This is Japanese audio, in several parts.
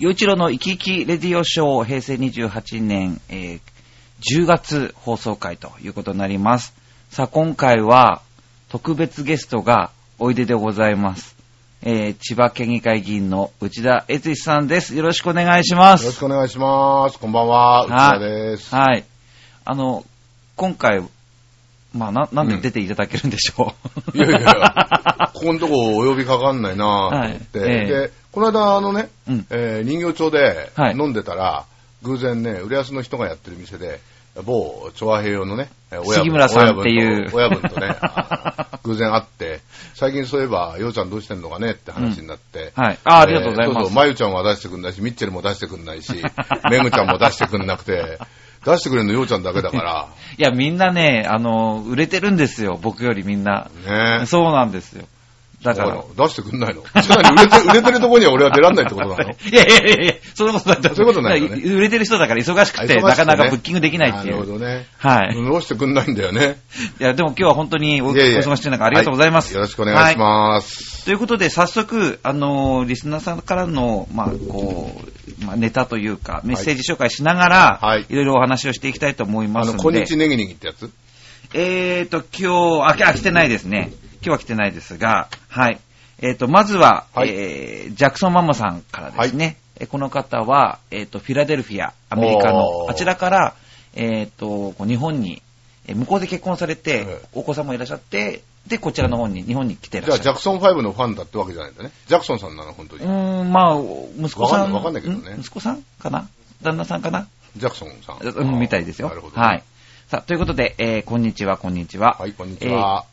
陽一郎の生き生きレディオショー平成28年、10月放送回ということになります。さあ今回は特別ゲストがおいででございます。千葉県議会議員の内田悦司さんです。よろしくお願いします。 よろしくお願いします。こんばんは、内田です。 はい。今回、なんで出ていただけるんでしょう。 いやいや、ここのとこお呼びかかんないなと思って、で、この間人形町で飲んでたら、偶然ね、浦安の人がやってる店で、某調和平洋のね、 杉村さんっていう親分とね、偶然会って、最近そういえば、ようちゃんどうしてんのかねって話になって、 はい。ありがとうございます。 そうそう、まゆちゃんは出してくんないし、ミッチェルも出してくんないし、めぐちゃんも出してくんなくて、出してくれるのようちゃんだけだから。 いや、みんなね、売れてるんですよ、僕よりみんな。 ね、 そうなんですよ。だから。 出してくんないの。売れてるとこには俺は出らんないってことなの？ いや、そんなことない。 そういうことないよね。 売れてる人だから忙しくて、なかなかブッキングできないっていう。 なるほどね。 はい。 どうしてくんないんだよね。 いや、でも今日は本当にお忙しい中ありがとうございます。 よろしくお願いします。 ということで、早速、リスナーさんからの、ネタというか、メッセージ紹介しながら、いろいろお話をしていきたいと思いますので。 こんにちネギネギってやつ？ 今日、来てないですね。今日は来てないですが、はい。まずは、ジャクソンママさんからですね。この方は、フィラデルフィア、アメリカの、あちらから、日本に、向こうで結婚されて、お子さんもいらっしゃって、で、こちらの方に、日本に来てらっしゃる。 じゃあ、ジャクソン5のファンだってわけじゃないんだね。ジャクソンさんなの、本当に。 息子さん。 わかんないけどね。 息子さんかな？旦那さんかな？ ジャクソンさん。 みたいですよ。 なるほど。 はい。さあ、ということで、こんにちは、こんにちは。 はい、こんにちは。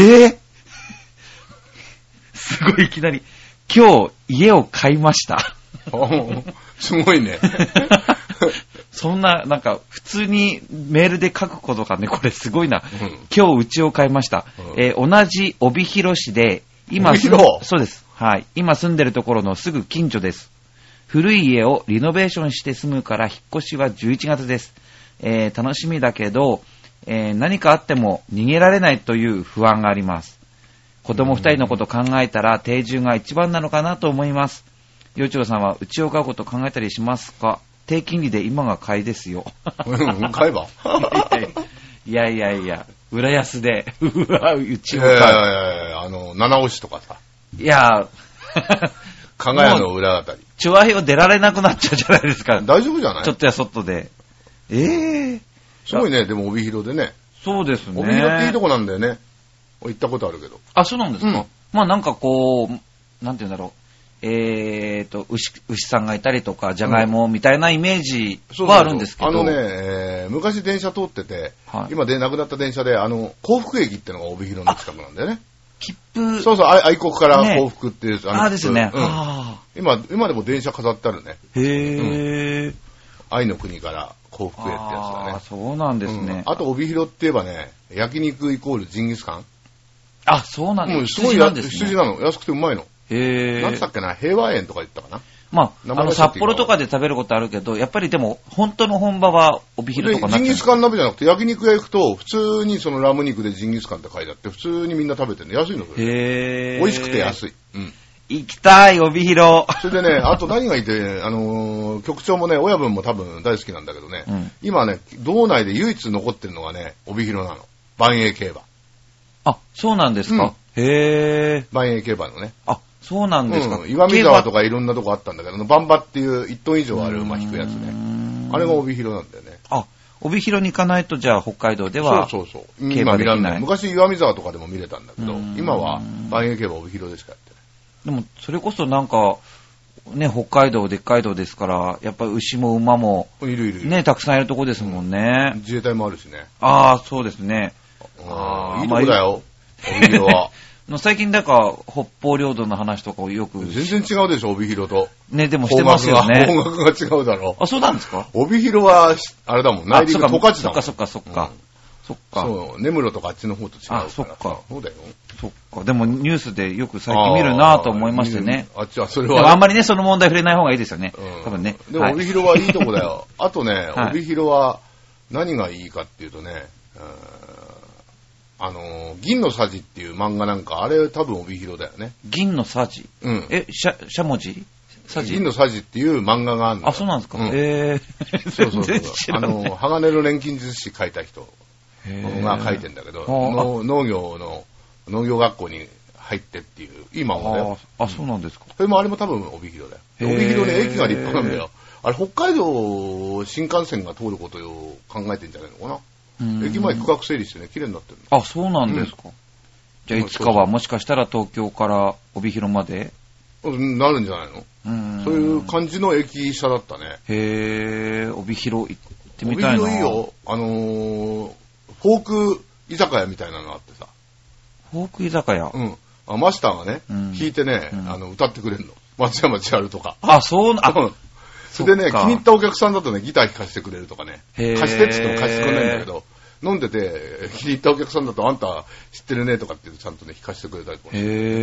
すごいいきなり、今日家を買いました。 すごいね。 そんな、普通にメールで書くことがね、これすごいな。今日家を買いました。同じ帯広市で、そうです。はい。今住んでるところのすぐ近所です。古い家をリノベーションして住むから引っ越しは11月です。楽しみだけど、何かあっても逃げられないという不安があります。子供二人のことを考えたら定住が一番なのかなと思います。陽一郎さんは家を買うことを考えたりしますか？低金利で今が買いですよ。 買えばいや、浦安で、うちを買う。 七尾市とかさ。 いや、 加賀屋の裏あたり。 チョアヘヨ出られなくなっちゃうじゃないですか。 大丈夫じゃない？ ちょっとやそっとで。 すごいね、でも帯広でね。 そうですね。 帯広っていいとこなんだよね。行ったことあるけど。 あ、そうなんですか？なんて言うんだろう。牛さんがいたりとか、じゃがいもみたいなイメージはあるんですけど。 昔電車通ってて、今で亡くなった電車で、幸福駅ってのが帯広の近くなんだよね。 切符。 そうそう、愛国から幸福っていう。 ですね。 今でも電車飾ってあるね。 へー。 愛の国から幸福へってやつだね。 そうなんですね。 あと帯広って言えばね、焼肉イコールジンギスカン。 あ、そうなんです。 すごい羊なの。安くてうまいの。なんつったっけな、平和園とか言ったかな。 札幌とかで食べることあるけど、やっぱりでも、本当の本場は帯広とかなっちゃう。 ジンギスカン鍋じゃなくて、焼肉屋行くと、普通にそのラム肉でジンギスカンって書いてあって、普通にみんな食べてるの。安いのそれ。美味しくて安い。 行きたい、帯広。 それでね、あと何がいて、局長もね、親分も多分大好きなんだけどね、今ね、道内で唯一残ってるのがね、帯広なの。万栄競馬。 あ、そうなんですか。 万栄競馬のね。 あ、そうなんですか。 岩見沢とかいろんなとこあったんだけど、バンバっていう1トン以上ある馬引くやつね。あれが帯広なんだよね。 あ、帯広に行かないと、じゃあ北海道では。 そう。今見らんない。昔岩見沢とかでも見れたんだけど、今は万栄競馬帯広でしかやってない。 でも、それこそね、北海道、でっかい道ですから、やっぱり牛も馬も、ね、たくさんいるとこですもんね。 自衛隊もあるしね。 ああ、そうですね。 いいとこだよ、帯広は。 最近北方領土の話とかをよく。 全然違うでしょ、帯広と。 ね、でもしてますよね。 方角が違うだろ。 あ、そうなんですか？ 帯広は、あれだもん、内陸十勝だもん。 そっか。 そう、根室とかあっちの方と違うから。 そっか。 そうだよ。 そっか。でもニュースでよく最近見るなぁと思いましてね。 それは。 でもあんまりね、その問題触れない方がいいですよね。多分ね。 でも帯広はいいとこだよ。あとね、帯広は何がいいかっていうとね、銀のさじっていう漫画なんか、あれ多分帯広だよね。 銀のさじ？しゃもじ？ 銀のサジっていう漫画があるの。 あ、そうなんですか。 そう。鋼の錬金術師書いた人が書いてんだけど、農業学校に入ってっていう、いい漫画だよ。 あ、そうなんですか。 それもあれも多分帯広だよ。帯広ね、駅が立派なんだよ。あれ、北海道新幹線が通ることを考えてんじゃないのかな。駅前区画整理してね、綺麗になってる。 あ、そうなんですか。じゃあいつかはもしかしたら東京から帯広までなるんじゃないの？そういう感じの駅舎だったね。 へぇー、帯広行ってみたいな。 帯広いいよ。フォーク居酒屋みたいなのがあってさ。 フォーク居酒屋？ マスターがね、弾いてね、歌ってくれるの。松山千春とか。 あ、そうな、 それでね、気に入ったお客さんだとね、ギター弾かせてくれるとかね。貸してって言っても貸してくれないんだけど、飲んでて、気に入ったお客さんだと、あんた知ってるねとかってちゃんとね、弾かせてくれたりとか。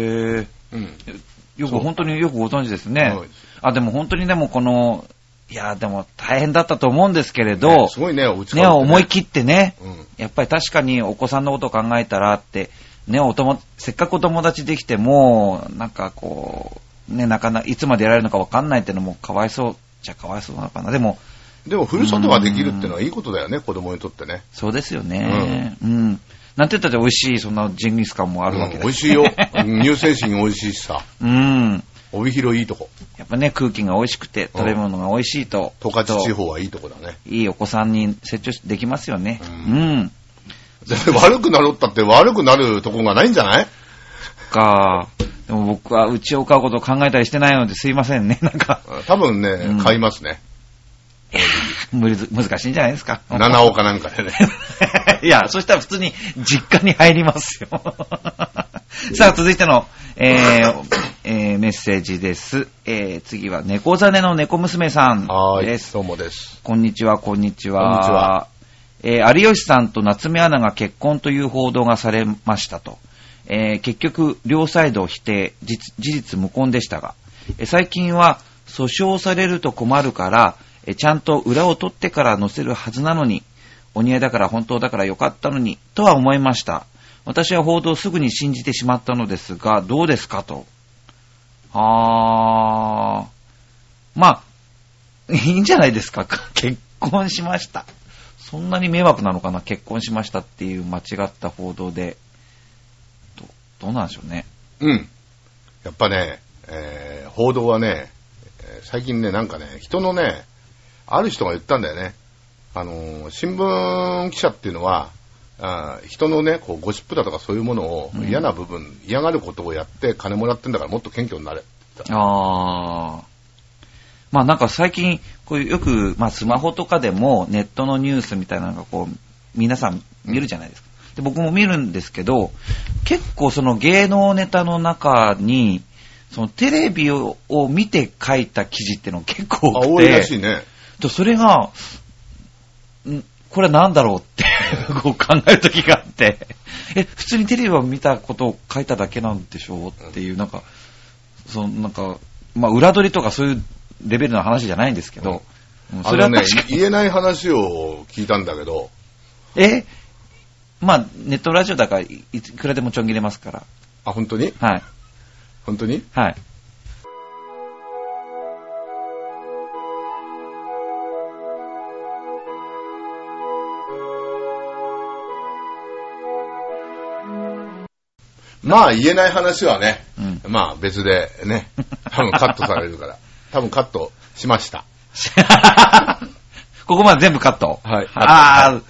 本当によくご存知ですね。あ、でも本当にでもいや、でも大変だったと思うんですけれど、 すごいね、お家ね、思い切ってね、やっぱり確かにお子さんのことを考えたらって、ね、せっかくお友達できても、なんかね、なかなかいつまでやられるのかわかんないっていうのもかわいそうじゃかわいそうなのかな。でも、 ふるさとができるってのはいいことだよね、子供にとってね。 そうですよね。なんて言ったって美味しい、そんなジンギスカンもあるわけです。 美味しいよ。乳製品美味しいしさ。帯広いいとこ。 やっぱね、空気が美味しくて、食べ物が美味しいと。 十勝地方はいいとこだね。 いいお子さんに成長できますよね。 悪くなろったって悪くなるとこがないんじゃない？ でも僕は家を買うことを考えたりしてないのですいませんね、なんか。 多分ね、買いますね。 難しいんじゃないですか。 七尾かなんかでね。 いや、そしたら普通に実家に入りますよ。さあ、続いての、メッセージです。次は猫ザネの猫娘さんです。 どうもです。 こんにちは、こんにちは。有吉さんと夏目アナが結婚という報道がされましたと。結局、両サイド否定、事実無根でしたが、最近は訴訟されると困るから、ちゃんと裏を取ってから載せるはずなのに、お似合いだから本当だからよかったのに、とは思いました。私は報道をすぐに信じてしまったのですが、どうですかと。まあ、いいんじゃないですか。結婚しました。そんなに迷惑なのかな、結婚しましたっていう間違った報道で。どうなんでしょうね。 やっぱね、報道はね、最近ね、なんかね、人のね、ある人が言ったんだよね。新聞記者っていうのは、人のね、ゴシップだとかそういうものを、嫌な部分、嫌がることをやって金もらってんだからもっと謙虚になれ。 まあなんか最近、よく、スマホとかでもネットのニュースみたいなのが皆さん見るじゃないですか。で、僕も見るんですけど、結構その芸能ネタの中に、そのテレビを見て書いた記事っていうの結構多くて。 多いらしいね。 それが、これは何だろうって考える時があって、普通にテレビを見たことを書いただけなんでしょうっていう、裏取りとかそういうレベルの話じゃないんですけど、 それはね、言えない話を聞いたんだけど。 ネットラジオだからいくらでもちょん切れますから。 あ、本当に？ はい。 本当に？ はい。 言えない話はね、別でね、多分カットされるから。多分カットしました。 ここまで全部カット。 はい。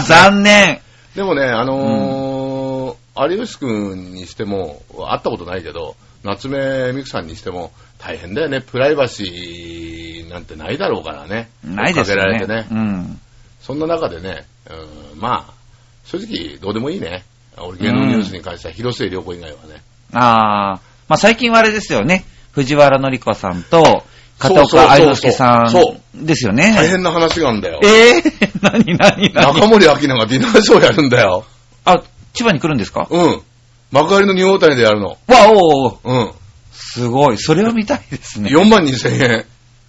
残念。 でもね、有吉くんにしても、会ったことないけど、夏目みくさんにしても、大変だよね。プライバシーなんてないだろうからね。 ないですよね。 かけられてね。そんな中でね、正直どうでもいいね。俺芸能ニュースに関しては広末涼子以外はね。 最近はあれですよね。藤原紀子さんと、片岡愛之助さんですよね。 大変な話があるんだよ。 何中森明菜がディナーショーやるんだよ。 千葉に来るんですか？ 幕張のニューオータニでやるの。 すごい。それを見たいですね。 42,000円。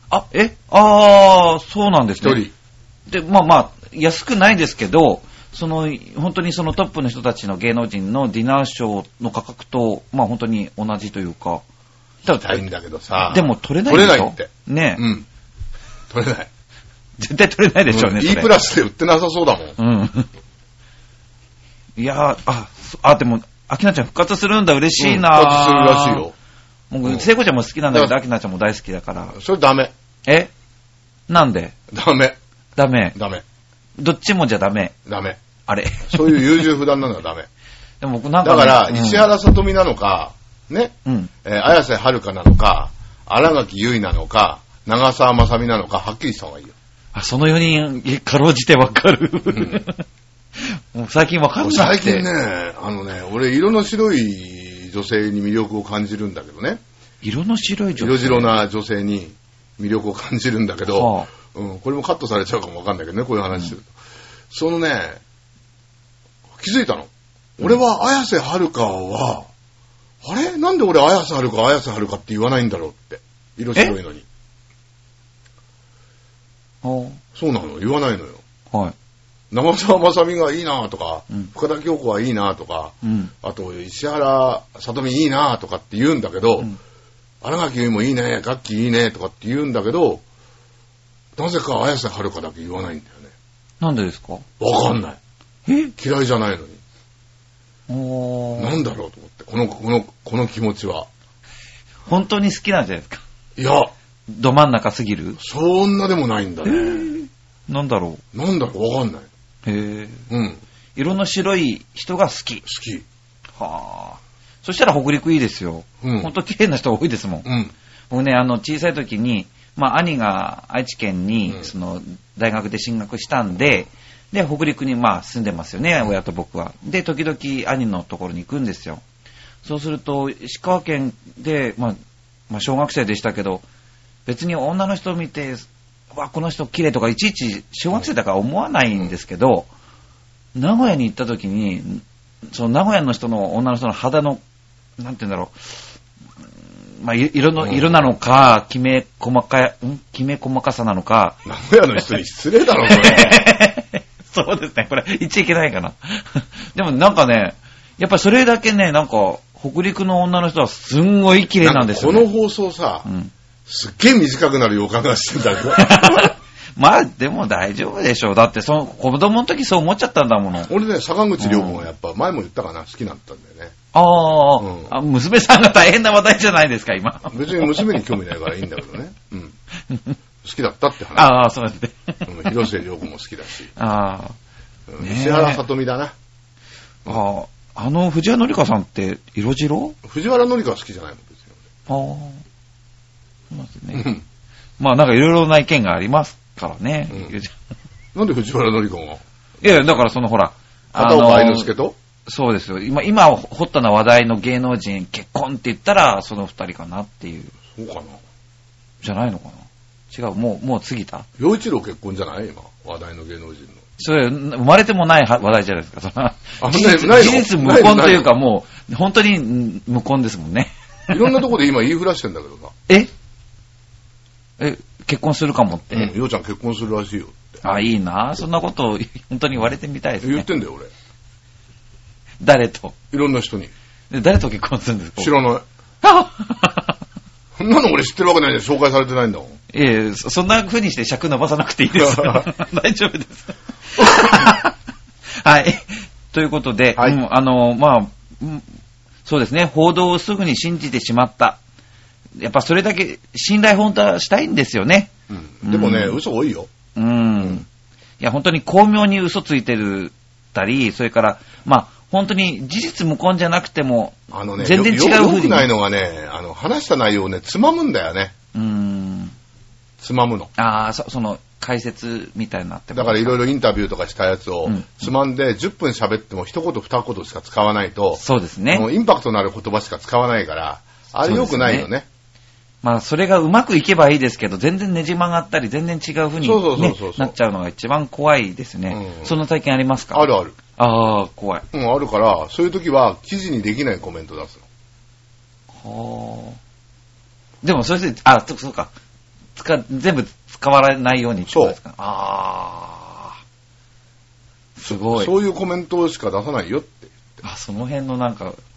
そうなんですね。 一人。 で、安くないですけど、本当にそのトップの人たちの芸能人のディナーショーの価格と、本当に同じというか。 行きたいんだけどさ。 でも取れないでしょ？ 取れないって。 ね。 うん。取れない。 絶対取れないでしょうね。 E プラスで売ってなさそうだもん。 うん。いやー、でも、アキナちゃん復活するんだ、嬉しいなー。 復活するらしいよ。 もう、聖子ちゃんも好きなんだけど、アキナちゃんも大好きだから。 それダメ。 なんで？ ダメ。 ダメ。どっちもじゃダメ。 ダメ。 あれ。 そういう優柔不断なのはダメ。 でもなんか、 だから、石原さとみなのか、ね。綾瀬はるかなのか、新垣結衣なのか、長澤まさみなのか、はっきりした方がいいよ。 その4人、かろうじてわかる。もう最近わかんなくて。 最近ね、俺、色の白い女性に魅力を感じるんだけどね。 色の白い女性？ 色白な女性に魅力を感じるんだけど、これもカットされちゃうかもわかんないけどね、こういう話すると。そのね、気づいたの。俺は綾瀬はるかは、あれなんで俺綾瀬はるかって言わないんだろうって。色白いのに。そうなの、言わないのよ。 はい。 長澤まさみがいいなとか、深田恭子はいいなとか、あと石原さとみいいなとかって言うんだけど、新垣結衣もいいね、ガッキーいいねとかって言うんだけど、なぜか綾瀬はるかだけ言わないんだよね。 なんでですか？ わかんない。嫌いじゃないのに。なんだろうと思って、この気持ちは。 本当に好きなんじゃないですか？ いや。 ど真ん中すぎる？ そんなでもないんだね。 なんだろうわかんない。 色の白い人が好き。はあ。そしたら北陸いいですよ。ほんと綺麗な人多いですもん。僕ね、小さい時に、兄が愛知県に、大学で進学したんで、北陸に住んでますよね、親と僕は。で、時々兄のところに行くんですよ。そうすると、石川県で、小学生でしたけど、別に女の人を見て、この人綺麗とかいちいち小学生だから思わないんですけど、名古屋に行った時に、その名古屋の人の女の人の肌の、なんて言うんだろう、色なのか、きめ細かさなのか。 名古屋の人に失礼だろ、それ。 そうですね、これ言っちゃいけないかな。でもなんかね、やっぱりそれだけね、なんか、北陸の女の人はすんごい綺麗なんですよね。 この放送さ、すっげえ短くなる予感がしてんだけど。 でも大丈夫でしょう。だって子供の時そう思っちゃったんだもの。 俺ね、坂口涼子がやっぱ前も言ったかな、好きだったんだよね。 娘さんが大変な話題じゃないですか、今。 別に娘に興味ないからいいんだけどね。好きだったって話。 そうですね。 広末涼子も好きだし。 石原さとみだな。 藤原紀香さんって色白？ 藤原紀香は好きじゃないもんですよ。 そうですね。なんかいろいろな意見がありますからね。 なんで藤原紀香が？ いや、だからほら。 片岡愛之助と？ そうですよ。今ホットな話題の芸能人結婚って言ったら、その二人かなっていう。 そうかな？ じゃないのかな？違う、もう過ぎた？ 陽一郎結婚じゃない今、話題の芸能人の。 それ、生まれてもない話題じゃないですか。事実無根というか、もう、本当に無根ですもんね。 いろんなとこで今言いふらしてんだけどさ。 結婚するかもって。 ようちゃん結婚するらしいよって。 いいな、そんなことを本当に言われてみたいですね。 言ってんだよ、俺。 誰と？ いろんな人に。 誰と結婚するんですか？ 知らない。そんなの俺知ってるわけないじゃん、紹介されてないんだもん。 そんな風にして尺伸ばさなくていいですよ。大丈夫です。はい。ということで、そうですね、報道をすぐに信じてしまった。やっぱそれだけ信頼本当はしたいんですよね。 でもね、嘘多いよ。 いや、本当に巧妙に嘘ついてるたり、それから、本当に事実無根じゃなくても、全然違う風に。 よくないのがね、話した内容をね、つまむんだよね。つまむの。 その解説みたいになってます。 だからいろいろインタビューとかしたやつをつまんで10分喋っても一言二言しか使わないと、 そうですね。 インパクトのある言葉しか使わないから、あれ良くないよね。 それがうまくいけばいいですけど、全然ねじ曲がったり、全然違う風になっちゃうのが一番怖いですね。そんな体験ありますか？ あるある。 怖い。 あるから、そういう時は記事にできないコメント出すの。でもそれで、そうか。全部使われないようにってことですか？ すごい。そういうコメントしか出さないよって言って。 その辺のなんか、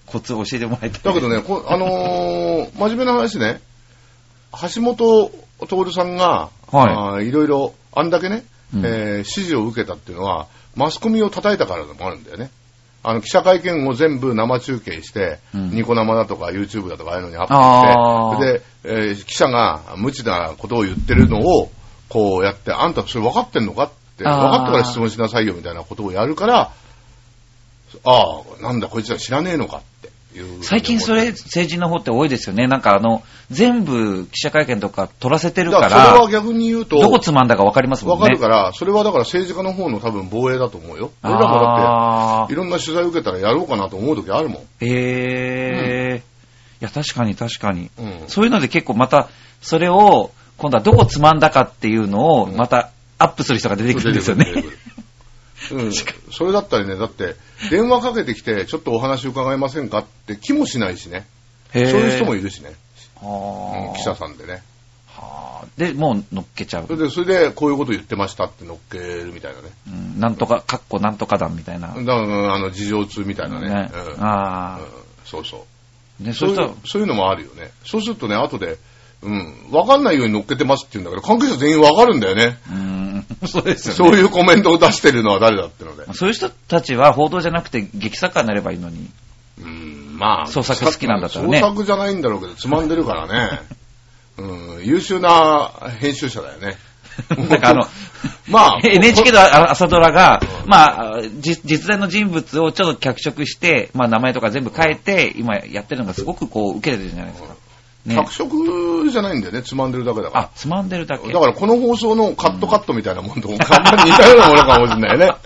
コツを教えてもらいたい。 だけどね、真面目な話ね、橋本徹さんが、いろいろ、あんだけね、指示を受けたっていうのは、マスコミを叩いたからでもあるんだよね。記者会見を全部生中継して、ニコ生だとか YouTube だとかああいうのにアップして、で、記者が無知なことを言ってるのを、こうやって、あんたそれ分かってんのかって、分かってから質問しなさいよみたいなことをやるから、なんだこいつら知らねえのかっていう。 最近それ政治の方って多いですよね。なんか全部記者会見とか取らせてるから。 それは逆に言うと。 どこつまんだか分かりますもんね。 分かるから、それはだから政治家の方の多分防衛だと思うよ。俺らもだって、いろんな取材を受けたらやろうかなと思う時あるもん。 いや、確かに。そういうので結構また、それを、今度はどこつまんだかっていうのを、またアップする人が出てくるんですよね。 それだったりね、だって、電話かけてきて、ちょっとお話伺えませんかって気もしないしね。そういう人もいるしね。記者さんでね。 で、もう乗っけちゃう。 それで、こういうこと言ってましたって乗っけるみたいなね。 なんとか、かっこなんとか団みたいな。 事情通みたいなね。そうそう。そういうのもあるよね。そうするとね、後で、わかんないように乗っけてますって言うんだけど、関係者全員わかるんだよね。 そうですよね。 そういうコメントを出してるのは誰だってので。 そういう人たちは報道じゃなくて劇作家になればいいのに。創作好きなんだったらね。 創作じゃないんだろうけど、つまんでるからね。優秀な編集者だよね。 なんかNHK の朝ドラが、実在の人物をちょっと脚色して、名前とか全部変えて、今やってるのがすごくこう、受けてるじゃないですか。 脚色じゃないんだよね、つまんでるだけだから。 つまんでるだけ。 だからこの放送のカットみたいなもんと簡単に似たようなものかもしれないよね。はい。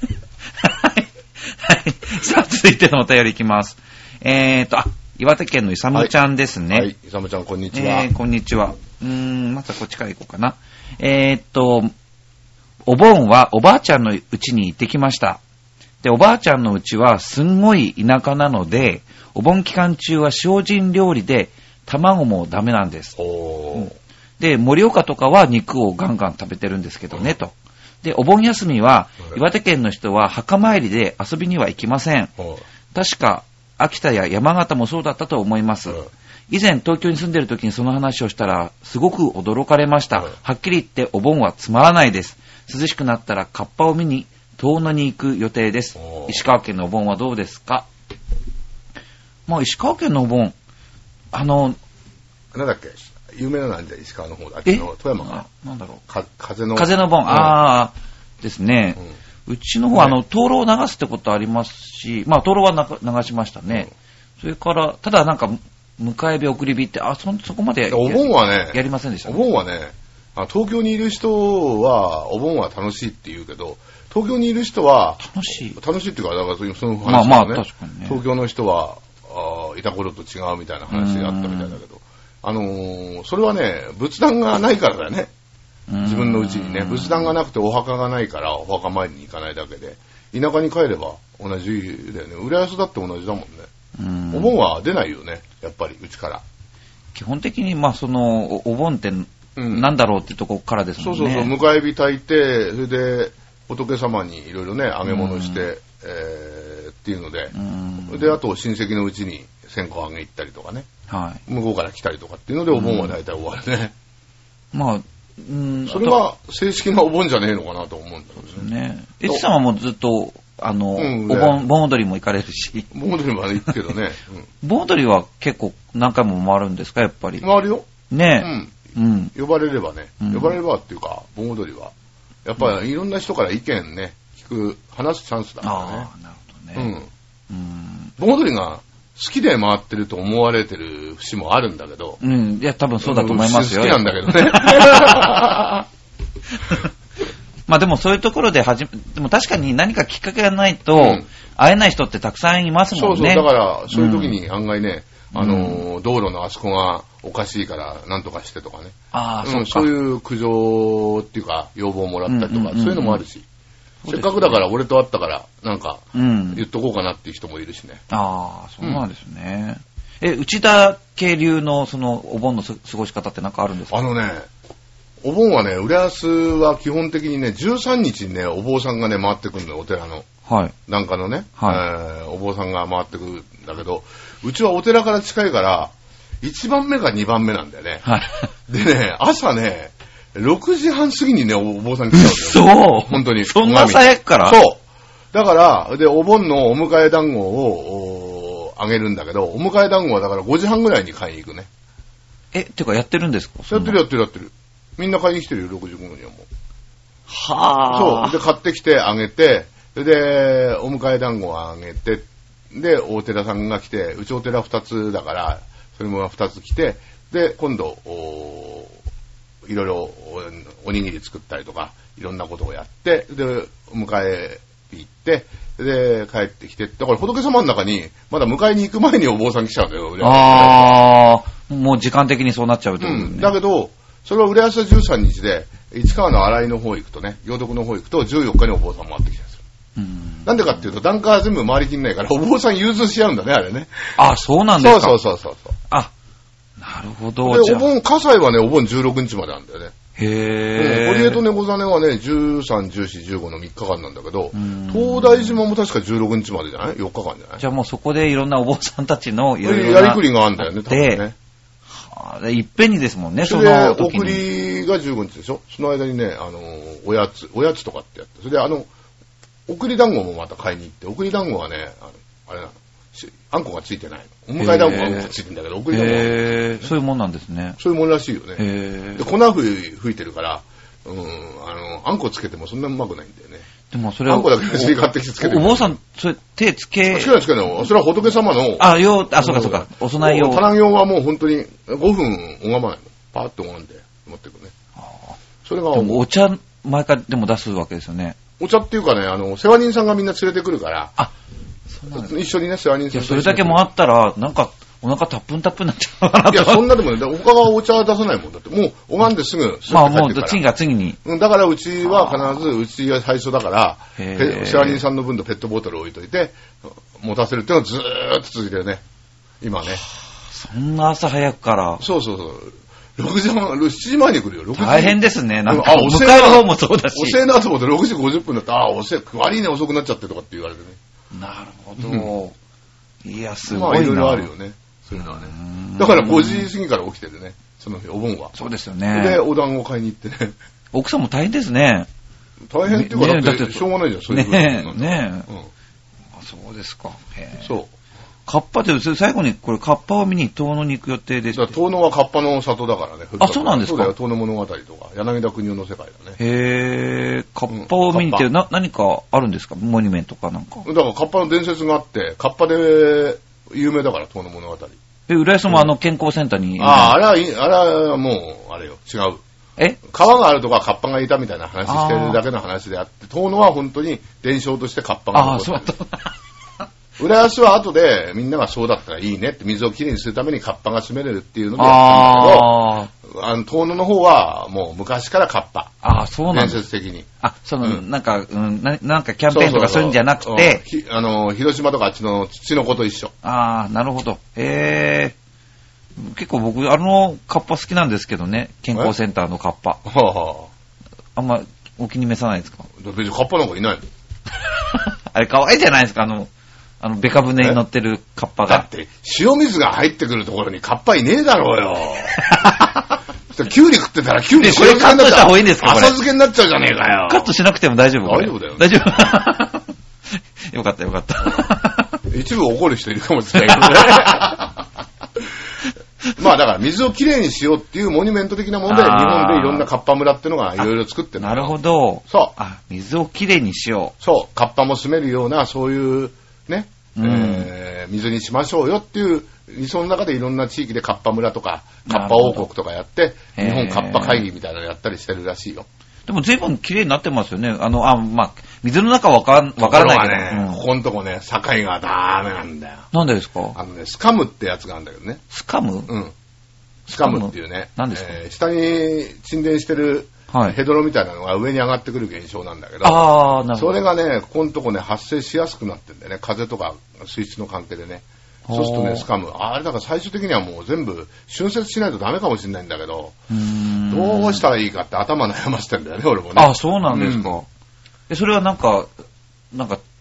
さあ、続いてのお便りいきます。岩手県のいさむちゃんですね。 はい、いさむちゃん、こんにちは。 こんにちは。またこっちから行こうかな。お盆はおばあちゃんの家に行ってきました。で、おばあちゃんの家はすんごい田舎なので、お盆期間中は精進料理で、卵もダメなんです。で、盛岡とかは肉をガンガン食べてるんですけどね、と。で、お盆休みは、岩手県の人は墓参りで遊びには行きません。確か、秋田や山形もそうだったと思います。以前、東京に住んでる時にその話をしたら、すごく驚かれました。はっきり言ってお盆はつまらないです。涼しくなったらカッパを見に、遠野に行く予定です。石川県のお盆はどうですか？石川県のお盆、なんだっけ有名なのなんじゃ石川の方だ。富山か。 なんだろう。 風の盆。ですね。うちの方は灯籠を流すってことありますし、灯籠は流しましたね。それから、ただなんか、迎え火、送り火って、そこまでお盆はね、 やりませんでしたね。 お盆はね、東京にいる人は、お盆は楽しいって言うけど、東京にいる人は、楽しいっていうか、だからその話だね。 確かにね。 東京の人は、いた頃と違うみたいな話があったみたいだけど、それはね、仏壇がないからだよね。自分の家にね、仏壇がなくてお墓がないからお墓参りに行かないだけで、田舎に帰れば同じだよね。浦安だって同じだもんね。お盆は出ないよね、やっぱりうちから。 基本的にお盆ってなんだろうってとこからですもんね。 そう、迎え火焚いて、それで仏様にいろいろね、揚げ物して、っていうので、で、あと親戚のうちに線香あげ行ったりとかね、向こうから来たりとかっていうのでお盆は大体終わるね。それは正式なお盆じゃねえのかなと思うんだけどね。 エチさんはもうずっと、盆踊りも行かれるし。 盆踊りまで行くけどね。 盆踊りは結構何回も回るんですか、やっぱり。 回るよ。 ねえ。呼ばれればね。呼ばれればっていうか、盆踊りは。やっぱりいろんな人から意見ね、話すチャンスだからね。 なるほどね。 盆踊りが好きで回ってると思われてる節もあるんだけど。 いや、多分そうだと思いますよ。 好きなんだけどね。 でもそういうところででも確かに何かきっかけがないと、会えない人ってたくさんいますもんね。 だからそういう時に案外ね、道路のあそこがおかしいから何とかしてとかね。そういう苦情っていうか要望をもらったりとか、そういうのもあるし。せっかくだから俺と会ったからなんか言っとこうかなっていう人もいるしね。 そうなんですね。内田家流のそのお盆の過ごし方ってなんかあるんですか？ お盆はね、浦安は基本的にね、13日にね、お坊さんがね、回ってくるのよ、お寺の。 はい。 なんかのね、 はいお坊さんが回ってくるんだけど、うちはお寺から近いから、1番目か2番目なんだよね。 はい。 でね、朝ね、6時半過ぎにね、お坊さん来ちゃうんだよ、ね。 そう本当に。 そんな朝早くから？ そう。だから、で、お盆のお迎え団子をあげるんだけど、お迎え団子はだから5時半ぐらいに買いに行くね。 てかやってるんですか？ やってる。みんな買いに来てるよ、6時頃にはもう。 はぁ。 そう。で、買ってきてあげて、で、お迎え団子をあげて、で、大寺さんが来て、うちお寺2つだから、それも2つ来て、で、今度、いろいろおにぎり作ったりとか、いろんなことをやって、で、迎え行って、で、帰ってきて、だから仏様の中に、まだ迎えに行く前にお坊さん来ちゃうんだよ、 もう時間的にそうなっちゃうってことね。 だけど、それは浦安は13日で、市川の新井の方行くとね、行徳の方行くと14日にお坊さん回ってきたんですよ。なんでかっていうと、檀家は全部回りきんないから、お坊さん融通し合うんだね、あれね。 あ、そうなんですか。 そう。 あ、なるほど。 で、葛西はね、お盆16日までなんだよね。 へぇー。 堀江と猫ザネはね、13、14、15の3日間なんだけど、東大島も確か16日までじゃない ?4 日間じゃない？ じゃあもうそこでいろんなお坊さんたちのいろいろやりくりがあるんだよね、多分ね。 いっぺんにですもんね、 その時に。送りが15日でしょ？その間にね、おやつとかってやって。それで送り団子もまた買いに行って、送り団子はね、あれなの。あんこがついてないの。お迎え団子はあんこがついてるんだけど、送り団子は、ね。 そういうもんなんですね。 そういうもんらしいよね。で、粉吹いてるから、あんこつけてもそんなうまくないんだよね。 でもそれは。 あんこだけ買ってきてつけてる。 お坊さん、それ手つけ。 つけない。それは仏様の。 そうか。お供え用。 棚用はもう本当に5分拝まないの。パーッと拝んで持っていくね。それが。 でもお茶、毎回でも出すわけですよね。 お茶っていうかね、世話人さんがみんな連れてくるから。 そうなんです。 一緒にね、世話人さん。 それだけ回ったら、なんか、お腹タップンタップンになっちゃうかな。 いや、そんなでもね、他がお茶は出さないもんだって。もう、拝んですぐ。 もう、次に。 だから、うちは必ず、うちが最初だから、世話人さんの分のペットボトルを置いといて、持たせるっていうのはずーっと続いてるね。今ね。 そんな朝早くから。 そう。6時前に来るよ、6時。 大変ですね。なんか、迎える方もそうだし。 遅えなと思って6時50分だったら、悪いね、遅くなっちゃってとかって言われてね。 なるほど。いや、すごいな。 いろいろあるよね。そういうのはね。だから5時過ぎから起きてるね。その日、お盆は。 そうですよね。 で、お団子買いに行ってね。 奥さんも大変ですね。 大変っていうか、だってしょうがないじゃん、そういう風ねえ。そうですか。 そう。 カッパで、最後にこれ、カッパを見に遠野に行く予定です。 遠野はカッパの里だからね。 そうなんですか？ そうだよ、遠野物語とか、柳田国男の世界だね。 カッパを見に行って、何かあるんですか？モニュメントかなんか。 だからカッパの伝説があって、カッパで有名だから、遠野物語。 浦安も健康センターに。 あれはもう、あれよ、違う。川があるとかカッパがいたみたいな話してるだけの話であって、遠野は本当に伝承としてカッパが残ってる。浦安は後でみんながそうだったらいいねって水をきれいにするためにカッパが住めれるっていうのでやったんだけど、遠野の方はもう昔からカッパ。 そうなんです。 伝説的に。 なんかキャンペーンとかそういうんじゃなくて。 広島とかあっちの土の子と一緒。 なるほど。結構僕、カッパ好きなんですけどね。健康センターのカッパ。あんまお気に召さないですか？ 別にカッパなんかいないの。 あれ可愛いじゃないですか、ベカ船に乗ってるカッパが。 だって、塩水が入ってくるところにカッパいねえだろうよ。キュウリ食ってたらキュウリこれカットした方がいいんですか？ 浅漬けになっちゃうじゃねえかよ。 カットしなくても大丈夫？ 大丈夫だよ。 大丈夫。よかったよかった。 一部怒る人いるかもしれないけどね。まあだから水をきれいにしようっていうモニュメント的なもので、日本でいろんなカッパ村ってのがいろいろ作ってる。 なるほど。 そう。 水をきれいにしよう。そう。カッパも住めるような、そういう、ね、水にしましょうよっていう、その中でいろんな地域でカッパ村とか、カッパ王国とかやって、日本カッパ会議みたいなのやったりしてるらしいよ。 でも随分きれいになってますよね。水の中わからないけど。 ね、ここのとこね、境がダメなんだよ。 なんでですか？ スカムってやつがあるんだけどね。 スカム？ うん。スカムっていうね。 何ですか？ 下に沈殿してるヘドロみたいなのが上に上がってくる現象なんだけど。 なるほど。 それがね、ここのとこね、発生しやすくなってんだよね。風とか水質の関係でね。そうするとね、スカム。あれだから最終的にはもう全部浚渫しないとダメかもしれないんだけど、どうしたらいいかって頭悩ましてんだよね、俺もね。 そうなんですか。それはなんか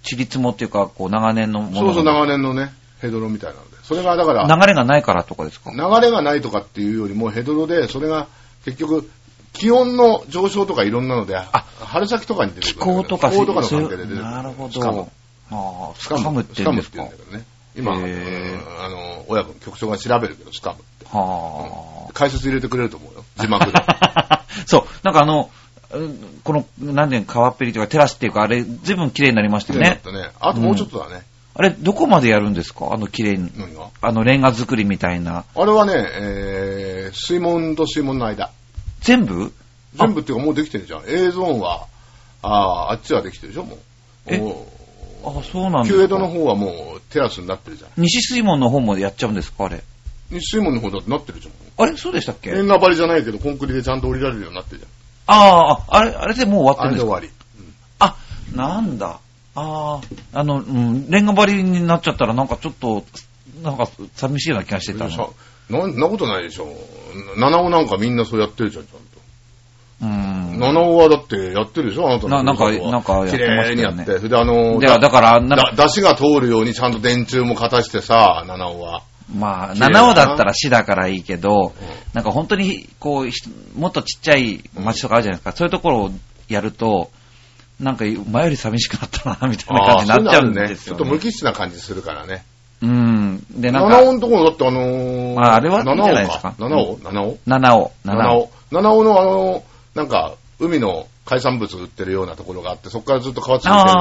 ちりつもっていうか、こう、長年のもの。 そうそう、長年のね、ヘドロみたいなので。それがだから。 流れがないからとかですか？ 流れがないとかっていうよりも、ヘドロで、それが結局、気温の上昇とかいろんなので、春先とかに出てくる。 気候とか気候とかの関係で出てくる。 なるほど。 スカム。 スカムって言うんですか？ スカムって言うんだけどね。今、親分、局長が調べるけど、スカムって。解説入れてくれると思うよ。字幕で。 そう。なんかこの、何年、川っぺりというか、テラスっていうか、あれ、随分綺麗になりましたよね。 綺麗になったね。あともうちょっとだね。 あれ、どこまでやるんですか？綺麗に。レンガ作りみたいな。 あれはね、水門と水門の間。 全部っていうかもうできてるじゃん。A ゾーンは、あっちはできてるでしょ、もう。 そうなんですか。 旧江戸の方はもうテラスになってるじゃん。 西水門の方までやっちゃうんですか、あれ。 西水門の方だってなってるじゃん。 あれそうでしたっけ？ レンガ張りじゃないけど、コンクリでちゃんと降りられるようになってるじゃん。 あれでもう終わってるんですか？ あれで終わり。なんだ。レンガ張りになっちゃったらなんかちょっと、なんか寂しいような気がしてたの。 そんなことないでしょ。七尾なんかみんなそうやってるじゃん、ちゃんと。七尾はだってやってるでしょ、あなたの。 なんかやってましたよね。 綺麗にやって。それでだから出汁が通るようにちゃんと電柱も片してさ、七尾は。 七尾だったら市だからいいけど、なんか本当に、こう、もっとちっちゃい町とかあるじゃないですか。そういうところをやると、なんか前より寂しくなったな、みたいな感じになっちゃうんですよね。 ちょっと無機質な感じするからね。 で、なんか。 七尾のところだってあれはいいんじゃないですか。 七尾のなんか、海の海産物売ってるようなところがあって、そこからずっと川続いてるから。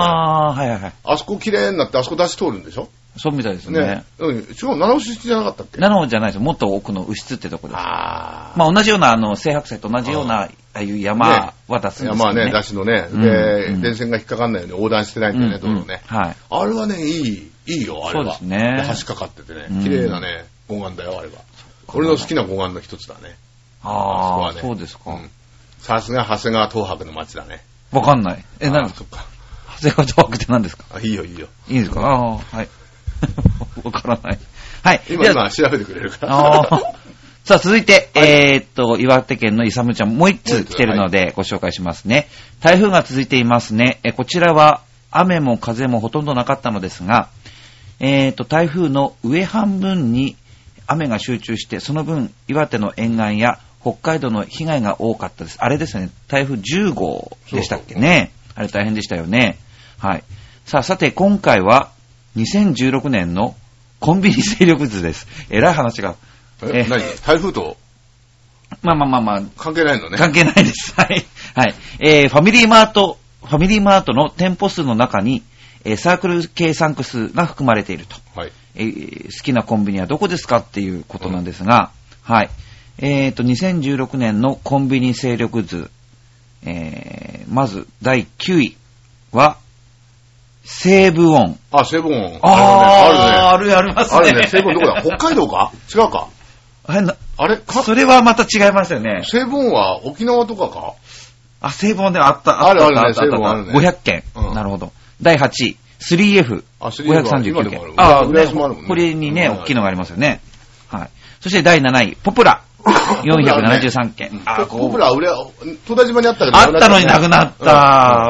あそこ綺麗になって、あそこ出し通るんでしょ？ そうみたいですね。 違う、七尾出身じゃなかったっけ？ 七尾じゃないですよ。もっと奥の牛津ってとこです。同じような、青白菜と同じような、ああいう山は出すんですよね。 山ね、出しのね。で、電線が引っかかんないように横断してないんだよね、道路ね。あれはね、いいよ、あれは。 そうですね。 橋かかっててね、綺麗なね、護岸だよ、あれは。俺の好きな護岸の一つだね。 そうですか。 さすが長谷川東博の街だね。 わかんない。何ですか？長谷川東博って何ですか？ いいよ。 いいですか？はい。わからない。はい。 今調べてくれるから。 さあ、続いて、岩手県のイサムちゃん、もう一通来てるので、ご紹介しますね。台風が続いていますね。こちらは、雨も風もほとんどなかったのですが、台風の上半分に雨が集中して、その分、岩手の沿岸や北海道の被害が多かったです。あれですね、台風10号でしたっけね。あれ大変でしたよね。はい。さて、今回は、2016年のコンビニ勢力図です。えらい話が。 何？台風と関係ないのね。 関係ないです。はい。はい。ファミリーマートの店舗数の中に、サークル計算区数が含まれていると。 はい。 好きなコンビニはどこですかっていうことなんですが、はい。2016年のコンビニ勢力図、まず第9位は、西武音。 西武音。 ありますね。 あるね。西武音どこだ？北海道か？違うか？あれそれはまた違いますよね。 西武音は沖縄とかか？ 西武音であった。 あるね。西武音あるね。 500件。なるほど。第8位、3F。539件。これにね、大きいのがありますよね。はい。そして第7位、ポプラ。473件。 ポプラ、戸田島にあったけど。 あったのになくなった。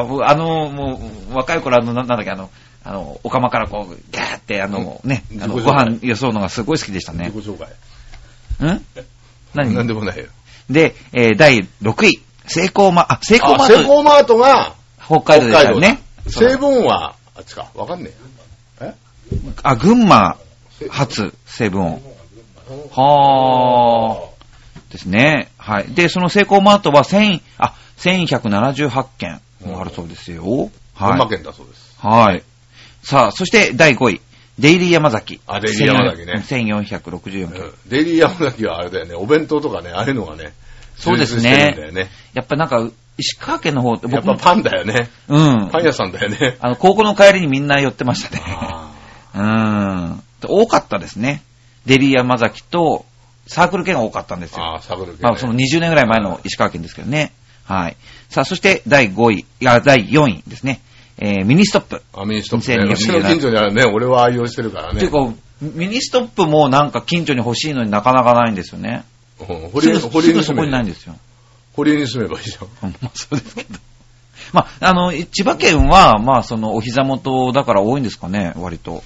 もう、若い頃なんだっけ、お釜からこう、ガーって、ご飯よそうのがすごい好きでしたね。 自己紹介。 何でもないよ。 で、第6位、セイコーマート。 セイコーマートが、 北海道でしたよね。 西武音は、あっちか、わかんねえ。 群馬発西武音。ですね。はい。で、そのセイコーマートは1178件もあるそうですよ。 群馬県だそうです。 はい。さあ、そして第5位。デイリー山崎。 デイリー山崎ね。 1464件。 デイリー山崎はあれだよね。お弁当とかね、ああいうのがね。 そうですね。やっぱなんか、石川県の方ってやっぱパンだよね。パン屋さんだよね。 高校の帰りにみんな寄ってましたね。多かったですね。デイリー山崎と、サークル券が多かったんですよ。 サークル券。 その20年ぐらい前の石川県ですけどね。はい。さあ、そして第4位ですね。ミニストップ。 ミニストップ、ね。うちの近所にあるね、俺は愛用してるからね。 ていうか、ミニストップもなんか近所に欲しいのになかなかないんですよね。 堀江にそこにないんですよ。 堀江に住めばいいじゃん。 そうですけど。 まあ、千葉県は、まあ、お膝元だから多いんですかね、割と。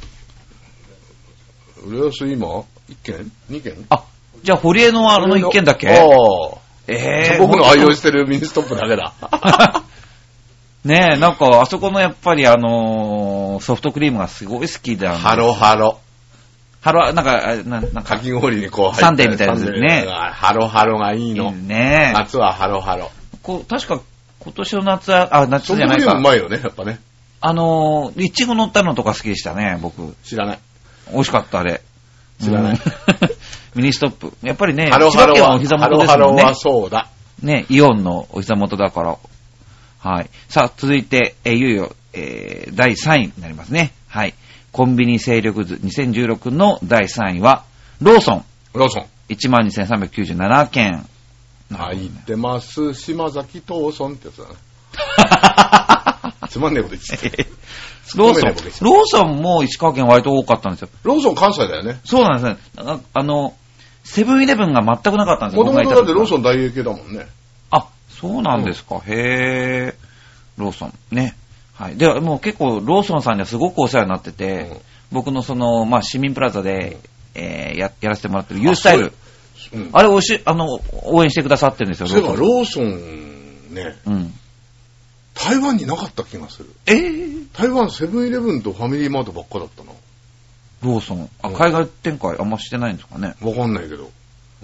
浦安今、1軒 ?2 軒あ、じゃあ、堀江の1軒だけ？ ああ。僕の愛用してるミニストップだけだ。 ねえ、なんか、あそこのやっぱりソフトクリームがすごい好きだ。 ハロハロ。 ハロ、なんか、 かき氷にこう入って。 サンデーみたいなやつね。 ハロハロがいいの。 いいね。 夏はハロハロ。 確か、今年の夏は、夏じゃないか。 ソフトクリームうまいよね、やっぱね。 いちご乗ったのとか好きでしたね、僕。 知らない。 美味しかった、あれ。 知らない。 ミニストップ。やっぱりね、 千葉県はお膝元ですもんね。 ハロハロはそうだ。 ね、イオンのお膝元だから。はい。さあ、続いて、いよいよ、第3位になりますね。はい。コンビニ勢力図2016の第3位は、ローソン。 ローソン。 12,397件。 入ってます。島崎トーソンってやつだね。つまんねえこと言ってた。 ローソンも石川県割と多かったんですよ。 ローソン関西だよね。 そうなんですね。セブンイレブンが全くなかったんですよ。 もともとだってローソン大英系だもんね。 あ、そうなんですか。へー。ローソン。ね。はい。で、もう結構ローソンさんにはすごくお世話になってて、僕のまあ、市民プラザで、やらせてもらってる U スタイル。あれ応援してくださってるんですよ、 そういえばローソンね、台湾になかった気がする。台湾セブンイレブンとファミリーマートばっかだったな。 ローソン。海外展開あんましてないんですかね。 わかんないけど。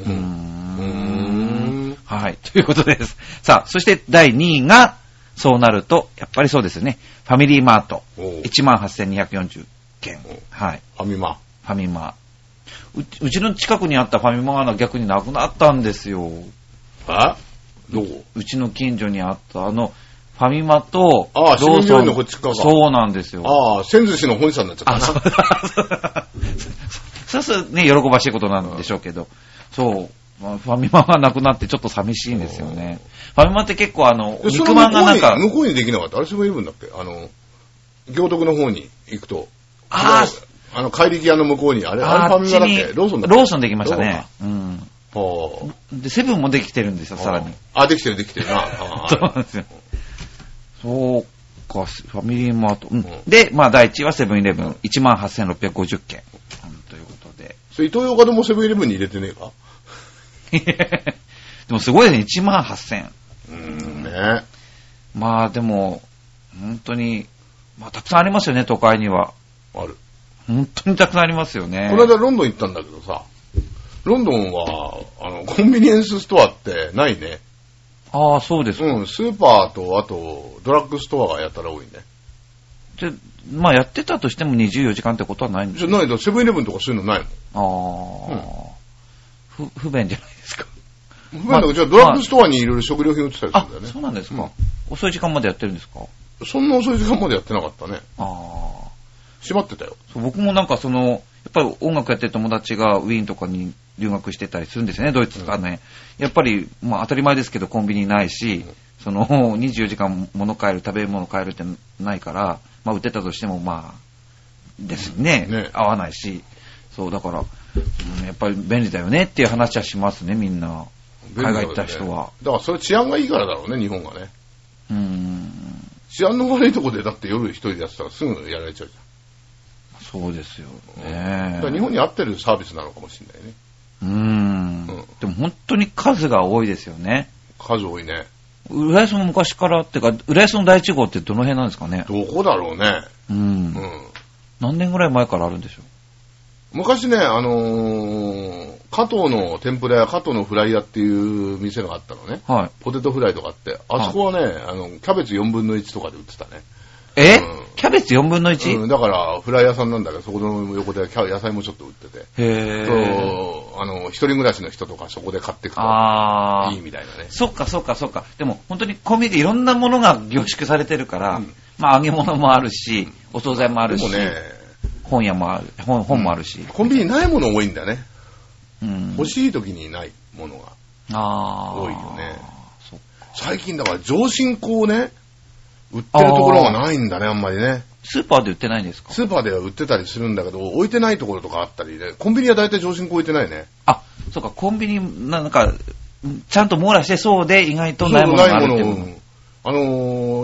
はい。ということです。さあ、そして第2位が、そうなると、やっぱりそうですよね。ファミリーマート。18,240件。はい。 ファミマ。 ファミマ。うちの近くにあったファミマが逆になくなったんですよ。 どこ？ うちの近所にあったファミマとローソンのこっちか。 そうなんですよ。 千寿司の本社になっちゃったな。 そうするとね、喜ばしいことなんでしょうけど。そう。ファミマがなくなってちょっと寂しいんですよね。ファミマって結構肉まんがなんか。 向こうにできなかった。あれセブンイレブンだっけ？行徳の方に行くと。怪力屋の向こうに、あれファミマだっけ？ローソンだっけ？ローソンできましたね。で、セブンもできてるんですよ、さらに。 できてるな。 そうなんですよ。そうか、ファミリーマート。で、まあ、第1位はセブンイレブン。18,650件。ということで。 それ、イトーヨーカドーもセブンイレブンに入れてねえか？ でもすごいね、18,000。 ね。 まあ、でも、本当に、まあ、たくさんありますよね、都会には。 ある。 本当にたくさんありますよね。 この間ロンドン行ったんだけどさ、ロンドンは、コンビニエンスストアってないね。 ああ、そうですか。 スーパーと、あと、ドラッグストアがやたら多いね。 で、まあやってたとしても24時間ってことはないんですか？ ないだ、セブンイレブンとかそういうのないもん。不便じゃないですか。 不便だけど、じゃあドラッグストアにいろいろ食料品売ってたりするんだよね。 そうなんですか。遅い時間までやってるんですか？ そんな遅い時間までやってなかったね。閉まってたよ。 僕もなんかやっぱり音楽やってる友達がウィーンとかに留学してたりするんですよね、ドイツとかね。やっぱり、まあ当たり前ですけどコンビニないし、24時間物買える、食べ物買えるってないから、まあ売ってたとしてもまあ、ですね、合わないし、そう、だから、やっぱり便利だよねっていう話はしますね、みんな。海外行った人は。 だからそれ治安がいいからだろうね、日本がね。治安の悪いとこでだって夜一人でやってたらすぐやられちゃうじゃん。そうですよね。だから日本に合ってるサービスなのかもしれないね。 でも本当に数が多いですよね。 数多いね。 浦安も昔からってか、浦安の第一号ってどの辺なんですかね。 どこだろうね。 何年ぐらい前からあるんでしょう。 昔ね、加藤の天ぷらや加藤のフライ屋っていう店があったのね。はい。ポテトフライとかあって、あそこはね、キャベツ4分の1とかで売ってたね。キャベツ4分の 1？ だからフライ屋さんなんだけど、そこの横で野菜もちょっと売ってて。一人暮らしの人とかそこで買っていくといいみたいなね。 そっか。でも本当にコンビニでいろんなものが凝縮されてるから、まあ揚げ物もあるし、お惣菜もあるし、本屋もある、本もあるし。 コンビニないもの多いんだね。欲しい時にないものが多いよね。最近だから上新粉をね、売ってるところがないんだね、あんまりね。 スーパーで売ってないんですか？ スーパーでは売ってたりするんだけど、置いてないところとかあったりで、コンビニは大体上新粉置いてないね。 そうか、コンビニなんか、ちゃんと網羅してそうで意外とないものがあるっていう。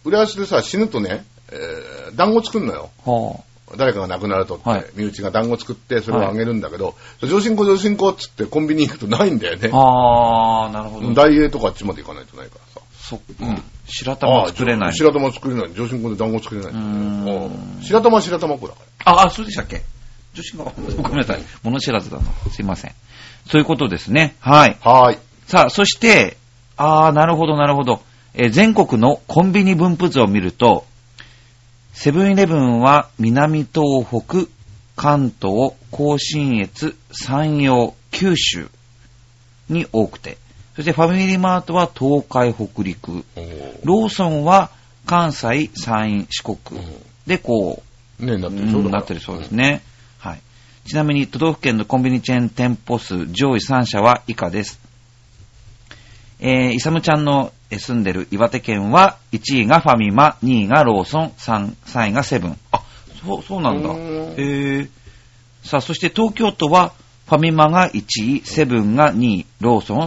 浦安でさ、死ぬとね、団子作るのよ。誰かが亡くなるとって、身内が団子作ってそれをあげるんだけど、上新粉っつってコンビニ行くとないんだよね。 なるほど。 大英とかあっちまで行かないとないからさ。 そっか。白玉作れない。 白玉作れない。上新粉で団子作れない。白玉粉だから。 そうでしたっけ？上新粉、ごめんなさい。物知らずだな。すいません。そういうことですね。はい。さあ、そして、なるほど。全国のコンビニ分布図を見ると、セブンイレブンは南東北、関東、甲信越、山陽、九州に多くて、そしてファミリーマートは東海、北陸、ローソンは関西、山陰、四国でこう、なってるそうですね。はい。ちなみに都道府県のコンビニチェーン店舗数上位3社は以下です。イサムちゃんの住んでる岩手県は1位がファミマ、2位がローソン、3位がセブン。そうなんだ。さあ、そして東京都はファミマが1位、セブンが2位、ローソン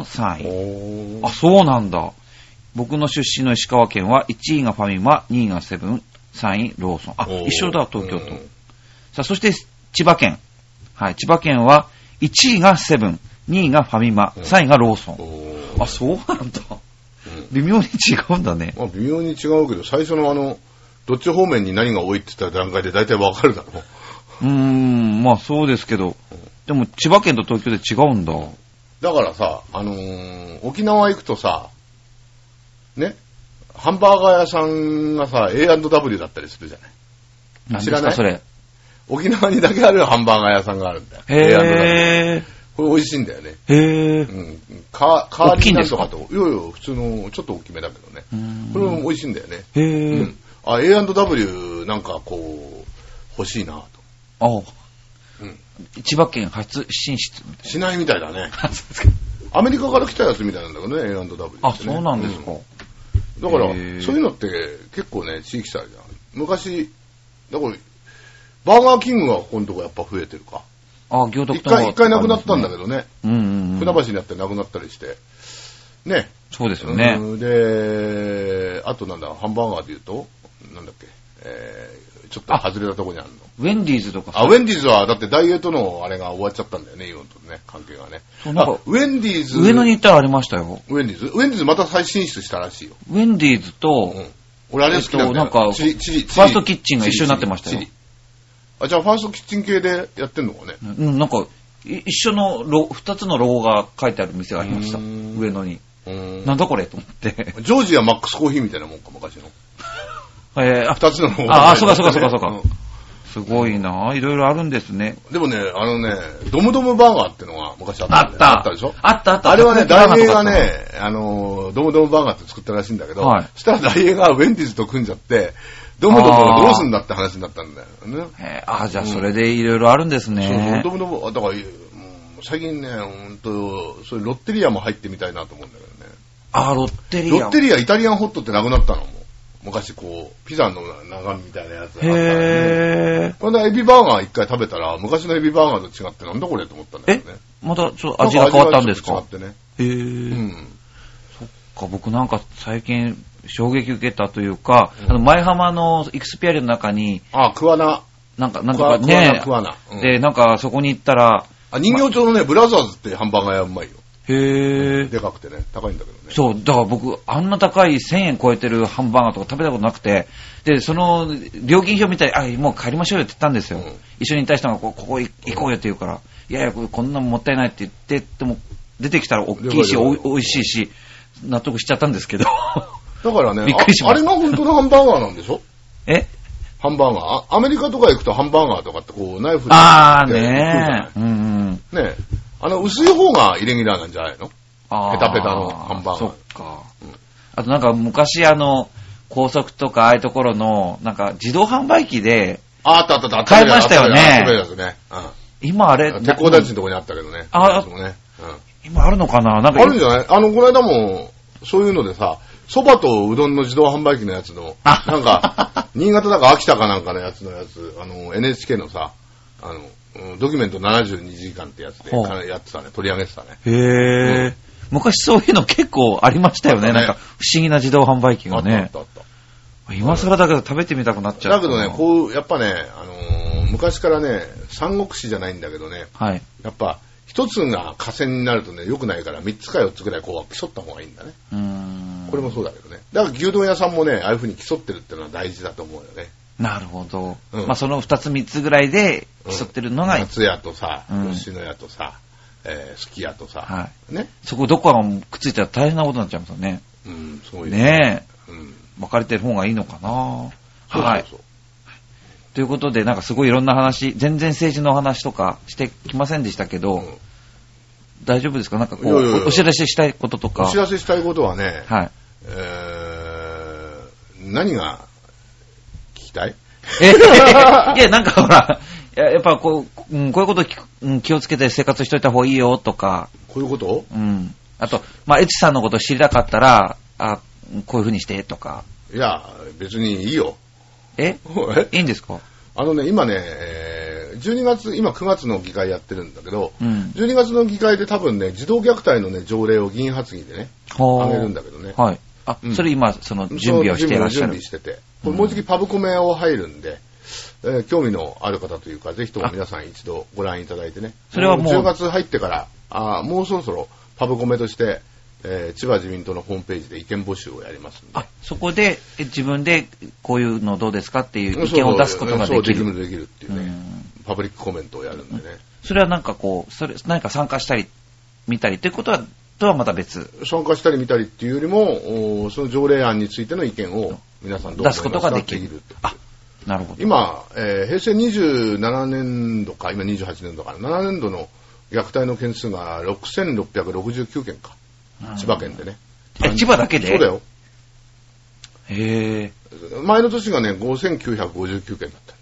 3位。そうなんだ。僕の出身の石川県は1位がファミマ、2位がセブン、3位ローソン。一緒だ、東京都。さあ、そして千葉県。はい、千葉県は1位がセブン、2位がファミマ、3位がローソン。そうなんだ。微妙に違うんだね。 微妙に違うけど、最初のどっち方面に何が多いって言った段階で大体わかるだろう。そうですけど、でも千葉県と東京で違うんだ。 だからさ、沖縄行くとさ、ね、ハンバーガー屋さんがさ、A&W だったりするじゃない。 何ですかそれ。 沖縄にだけあるハンバーガー屋さんがあるんだよ。A&W。これ美味しいんだよね。カーリーなんとかと。いや普通の、ちょっと大きめだけどね。これも美味しいんだよね。A&W なんかこう、欲しいなと。 千葉県初進出みたいな。 しないみたいだね。アメリカから来たやつみたいなんだけどね、A&W。 そうなんですか。 だから、そういうのって結構ね、地域差じゃん。昔、だから、バーガーキングがここのとこやっぱ増えてるか。 行徳一回なくなったんだけどね。船橋にあってなくなったりして。ね。 そうですよね。 で、あとなんだ、ハンバーガーで言うと、なんだっけ、ちょっと外れたとこにあるの。 ウェンディーズとか。 ウェンディーズは、だってダイエーとのあれが終わっちゃったんだよね、イオンとね、関係がね。ウェンディーズ。 上野に行ったらありましたよ。 ウェンディーズまた再進出したらしいよ。 ウェンディーズと、 俺あれ好きなんだよ。 なんか、ファーストキッチンが一緒になってましたよ。 じゃあファーストキッチン系でやってんのかね。 なんか、一緒の二つのロゴが書いてある店がありました。上野に。なんだこれと思って。 ジョージアマックスコーヒーみたいなもんか、昔の。二つのロゴが。そうか。すごいな、いろいろあるんですね。 でもね、ドムドムバーガーってのが昔あったんだよ。あったでしょ？ あった。 あれはね、ダイエーがね、ドムドムバーガーって作ったらしいんだけど、そしたらダイエーがウェンディーズと組んじゃって、ドムドムをどうすんだって話になったんだよね。 じゃあそれでいろいろあるんですね。 そう、ドムドム、だから、最近ね、そういうロッテリアも入ってみたいなと思うんだけどね。 ロッテリア。 ロッテリアイタリアンホットってなくなったのも。昔こう、ピザの長みたいなやつがあったらね。これでエビバーガー一回食べたら、昔のエビバーガーと違ってなんだこれと思ったんだよね。 またちょっと味が変わったんですか？ 違ってね。 そっか、僕なんか最近衝撃受けたというか、前浜のイクスピアリの中に、 桑名。 なんとかね。 桑名。 で、なんかそこに行ったら、 人形町のね、ブラザーズってハンバーガー屋うまいよ。でかくてね、高いんだけどね。 そう、だから僕、あんな高い1000円超えてるハンバーガーとか食べたことなくて、で、その、料金表見たり、もう帰りましょうよって言ったんですよ。一緒にいた人が、ここ行こうよって言うから、いや、こんなもったいないって言って、でも、出てきたら大きいし、美味しいし、納得しちゃったんですけど。 だからね、びっくりしました。あれが本当のハンバーガーなんでしょ？ハンバーガー？アメリカとか行くとハンバーガーとかってこう、ナイフで。ね薄い方がイレギュラーなんじゃないの？ペタペタのハンバーガー。 そっか。あとなんか昔高速とかああいうところの、なんか自動販売機で、 あった。 買いましたよね。今あれ。 鉄鋼団地のとこにあったけどね。 今あるのかな？ なんかあるんじゃない？この間も、そういうのでさ、蕎麦とうどんの自動販売機のやつの、なんか、新潟だか秋田かなんかのやつ、NHK のさ、ドキュメント72時間ってやつでやってたね、取り上げてたね。 昔そういうの結構ありましたよね、なんか不思議な自動販売機がね。 今更だけど食べてみたくなっちゃう。 だけどね、こう、やっぱね、昔からね、三国志じゃないんだけどね、 はい。 やっぱ、一つが河川になるとね、良くないから、三つか四つぐらいこう競った方がいいんだね。これもそうだけどね。だから牛丼屋さんもね、ああいう風に競ってるっていうのは大事だと思うよね。 なるほど。まあその二つ三つぐらいで競ってるのが、 松屋とさ、吉野家とさ、すき家とさ、 はい。 ね。 そこどこかがくっついたら大変なことになっちゃいますよね。 そういうねえ。分かれてる方がいいのかな。はい。ということで、なんかすごいいろんな話、全然政治の話とかしてきませんでしたけど、大丈夫ですか？なんかこう、お知らせしたいこととか。 お知らせしたいことはね、 はい。 何が聞きたい？ いや、なんかほら、やっぱこう、こういうこと気をつけて生活しといた方がいいよとか。 こういうこと？ あと、まあ、エチさんのこと知りたかったら、こういう風にしてとか。 いや、別にいいよ。 いいんですか？ 今ね、12月、今9月の議会やってるんだけど、12月の議会で多分ね、児童虐待のね、条例を議員発議でね、あげるんだけどね。 はい。それ今、その準備をしていらっしゃる。 準備してて。これもうじきパブコメを入るんで、興味のある方というか、ぜひとも皆さん一度ご覧いただいてね。 それはもう。 10月入ってから、もうそろそろパブコメとして、千葉自民党のホームページで意見募集をやりますんで。 そこで自分でこういうのどうですかっていう意見を出すことができる。 そうできるっていうね。パブリックコメントをやるんでね。 それはなんかこう、何か参加したり、見たりということは、とはまた別。 参加したり見たりっていうよりも、その条例案についての意見を皆さんどう出すことができる。なるほど。 今、平成27年度か、今28年度かな、7年度の虐待の件数が6669件か。千葉県でね。 千葉だけで？ そうだよ。 へー。前の年がね、5959件だった。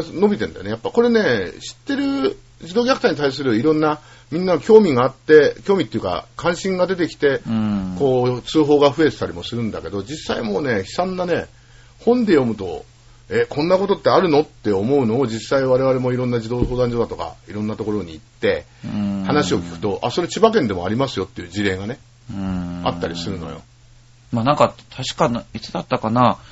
で、伸びてんだよね。やっぱこれね、知ってる児童虐待に対するいろんなみんな興味があって、興味っていうか関心が出てきて、こう通報が増えてたりもするんだけど、実際もうね、悲惨なね、本で読むと、こんなことってあるのって思うのを実際我々もいろんな児童相談所だとかいろんなところに行って話を聞くと、それ千葉県でもありますよっていう事例がね、あったりするのよ。 まあなんか確かいつだったかな、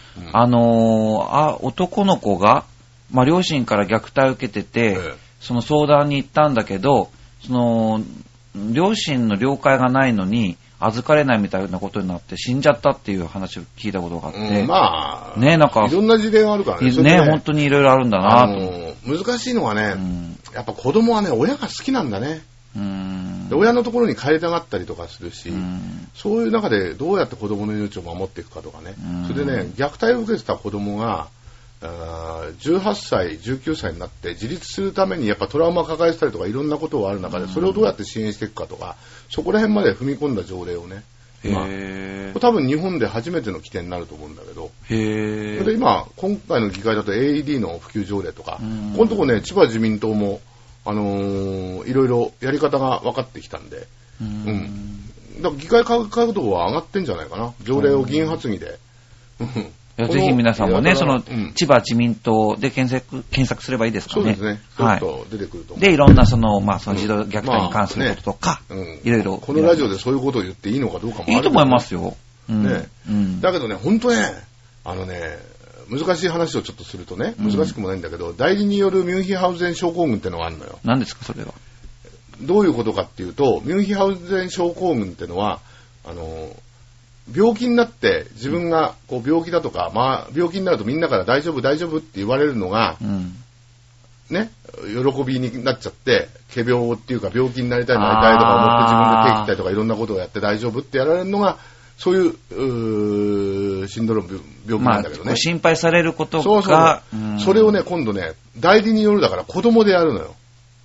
男の子が、まあ両親から虐待を受けてて、その相談に行ったんだけど、その両親の了解がないのに預かれないみたいなことになって死んじゃったっていう話を聞いたことがあって、 まあね、なんかいろんな事例があるからね。 ね、本当にいろいろあるんだなと。 難しいのはね、やっぱ子供はね、親が好きなんだね。で親のところに帰りたがったりとかするし、そういう中でどうやって子供の命を守っていくかとかね。それでね、虐待を受けてた子供が18歳、19歳になって自立するためにやっぱトラウマを抱えてたりとかいろんなことがある中で、それをどうやって支援していくかとか、そこら辺まで踏み込んだ条例をね、多分日本で初めての起点になると思うんだけど、で今回の議会だと AED の普及条例とか、このとこね、千葉自民党もいろいろやり方が分かってきたんで、だから議会活動は上がってんじゃないかな、条例を議員発議で。 ぜひ皆さんもね、その、千葉自民党で検索すればいいですかね。 そうですね。はい。出てくると思う。 で、いろんなその児童虐待に関することとか、いろいろ。 このラジオでそういうことを言っていいのかどうかもある。 いいと思いますよ。 ね。だけどね、本当ね、難しい話をちょっとするとね、難しくもないんだけど、代理によるミュンヒハウゼン症候群ってのがあるのよ。 何ですか、それは。 どういうことかっていうと、ミュンヒハウゼン症候群ってのは、病気になって自分がこう病気だとか、病気になるとみんなから大丈夫って言われるのが、ね、喜びになっちゃって、仮病っていうか病気になりたいとか思って自分で手切ったりとかいろんなことをやって大丈夫ってやられるのが、そういうシンドローム病気なんだけどね。 心配されることが。 それをね、今度ね、代理によるだから子供でやるのよ。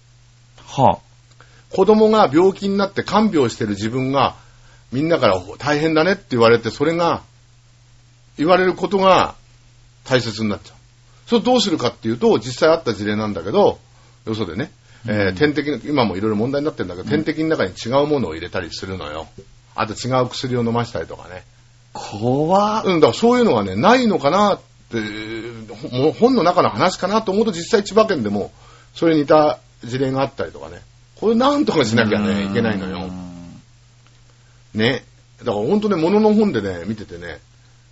子供が病気になって看病してる自分が、みんなから大変だねって言われて、それが、言われることが大切になっちゃう。それどうするかっていうと、実際あった事例なんだけど、よそでね、点滴、今もいろいろ問題になってるんだけど、点滴の中に違うものを入れたりするのよ。あと違う薬を飲ましたりとかね。 怖っ。 だからそういうのがね、ないのかなって、本の中の話かなと思うと、実際千葉県でも、それに似た事例があったりとかね。これなんとかしなきゃね、いけないのよ。ね。だから本当ね、物の本でね、見ててね、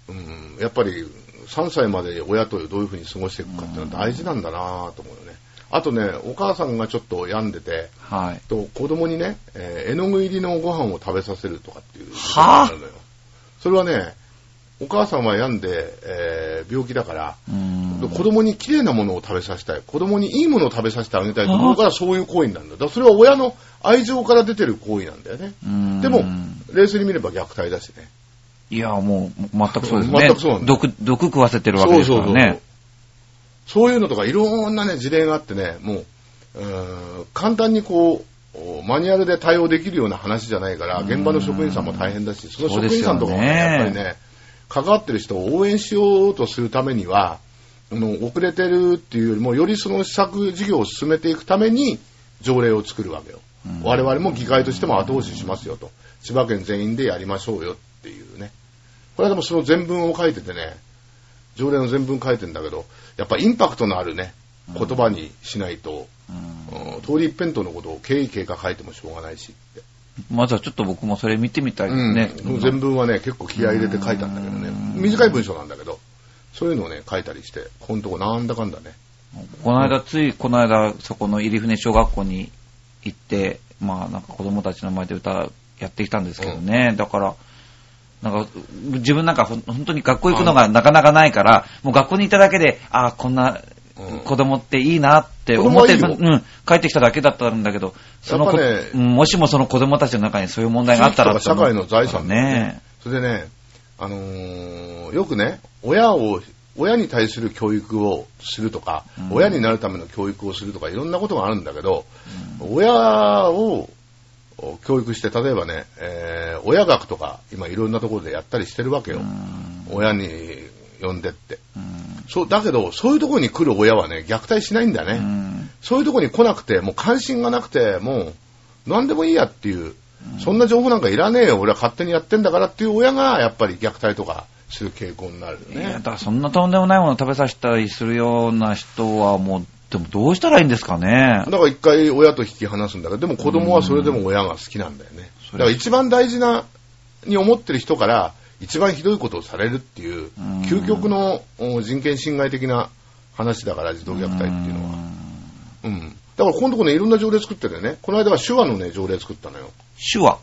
やっぱり3歳まで親とどういうふうに過ごしていくかっていうのは大事なんだなと思うよね。あとね、お母さんがちょっと病んでて、 はい、 と子供にね、絵の具入りのご飯を食べさせるとかっていうはぁ、 それはね、お母さんは病んで、病気だから、子供に綺麗なものを食べさせたい、子供にいいものを食べさせてあげたいと思うからそういう行為になるんだ。だからそれは親の愛情から出てる行為なんだよね。でも冷静に見れば虐待だしね。 いやもう全くそうですね。 全くそうなんだ。 毒食わせてるわけですからね。 そういうのとかいろんなね事例があってね、もう簡単にこうマニュアルで対応できるような話じゃないから、現場の職員さんも大変だし、その職員さんとかもね、やっぱりね、関わってる人を応援しようとするためには、遅れてるっていうよりも、よりその施策事業を進めていくために条例を作るわけよ。我々も議会としても後押ししますよと。千葉県全員でやりましょうよっていうね。これはでもその全文を書いててね、条例の全文書いてんだけど、やっぱインパクトのあるね、言葉にしないと、通り一辺倒のことを経緯経過書いてもしょうがないしって。 まずはちょっと僕もそれ見てみたいですね。 全文はね、結構気合い入れて書いたんだけどね、短い文章なんだけど、そういうのをね、書いたりして、このとこなんだかんだね。 この間、そこの入船小学校に行って、まあなんか子供たちの前で歌やってきたんですけどね、だから、なんか自分なんか本当に学校行くのがなかなかないから、もう学校にいただけで、こんな子供っていいなって思って、帰ってきただけだったんだけど、もしもその子供たちの中にそういう問題があったら、 社会の財産だね。それでね、よくね、親に対する教育をするとか、親になるための教育をするとか、いろんなことがあるんだけど、親を教育して、例えばね、親学とか今いろんなところでやったりしてるわけよ。親に呼んでって。だけどそういうところに来る親はね、虐待しないんだね。そういうところに来なくて、もう関心がなくて、もう何でもいいやっていう、そんな情報なんかいらねえよ、俺は勝手にやってんだからっていう親がやっぱり虐待とかする傾向になるよね。 いや、だからそんなとんでもないものを食べさせたりするような人はもう、でもどうしたらいいんですかね。 だから一回親と引き離すんだけど、でも子供はそれでも親が好きなんだよね。だから一番大事なに思ってる人から一番ひどいことをされるっていう究極の人権侵害的な話だから、児童虐待っていうのは。だからこのとこね、いろんな条例作ってるよね。この間は手話のね、条例作ったのよ。 手話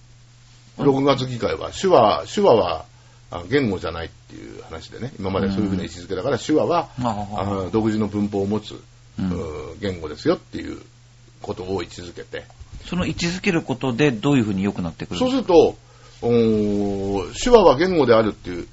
6月議会は手話は言語じゃないっていう話でね、今までそういうふうな位置づけだから、手話は独自の文法を持つ言語ですよっていうことを位置づけて、 その位置づけることでどういうふうに良くなってくるんですか。 そうすると手話は言語であるっていう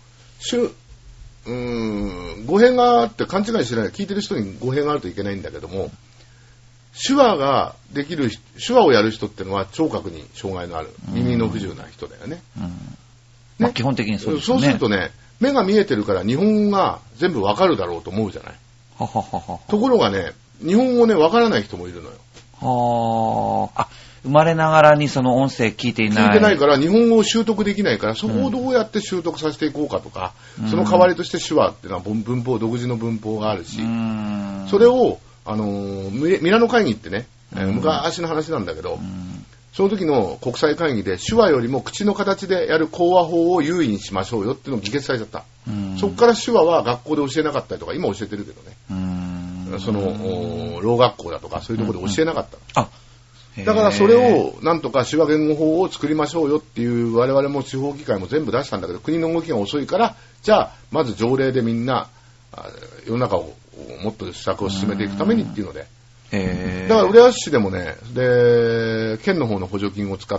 語弊があって勘違いしない、聞いてる人に語弊があるといけないんだけども、手話をやる人ってのは聴覚に障害のある耳の不自由な人だよね。 基本的にそうですね。 そうするとね、目が見えてるから日本語が全部わかるだろうと思うじゃない。ところがね、日本語ね、わからない人もいるのよ。 生まれながらにその音声聞いていない。 聞いてないから日本語を習得できないから、そこをどうやって習得させていこうかとか、その代わりとして手話っていうのは独自の文法があるし、それをミラノ会議ってね、昔の話なんだけど、その時の国際会議で手話よりも口の形でやる講話法を優位にしましょうよっていうのを議決されちゃった。そこから手話は学校で教えなかったりとか、今教えてるけどね、そのろう学校だとかそういうところで教えなかった。だからそれをなんとか手話言語法を作りましょうよっていう、我々も地方議会も全部出したんだけど、国の動きが遅いから、じゃあまず条例でみんな世の中をもっと施策を進めていくためにっていうので、だから浦安市でもね、で県の方の補助金を使って、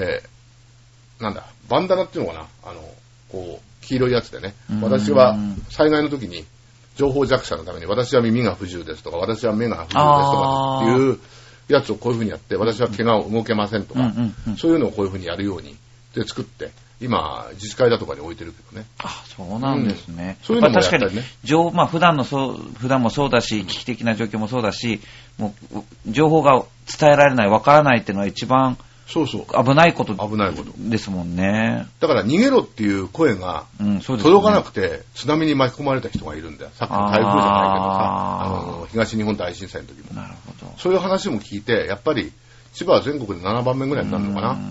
バンダナっていうのかな、こう黄色いやつでね、私は災害の時に情報弱者のために、私は耳が不自由ですとか、私は目が不自由ですとかっていうやつをこういうふうにやって、私は怪我を動けませんとか、そういうのをこういうふうにやるようにで作って、今自治会だとかに置いてるけどね。 そうなんですね。 そういうのもやったりね。 確かに普段もそうだし、危機的な状況もそうだし、もう情報が伝えられない、わからないっていうのは一番危ないことですもんね。 だから逃げろっていう声が届かなくて、津波に巻き込まれた人がいるんだよ。さっきの台風じゃないけどさ、東日本大震災の時も。 なるほど。 そういう話も聞いて、やっぱり千葉は全国で7番目ぐらいになるのかな。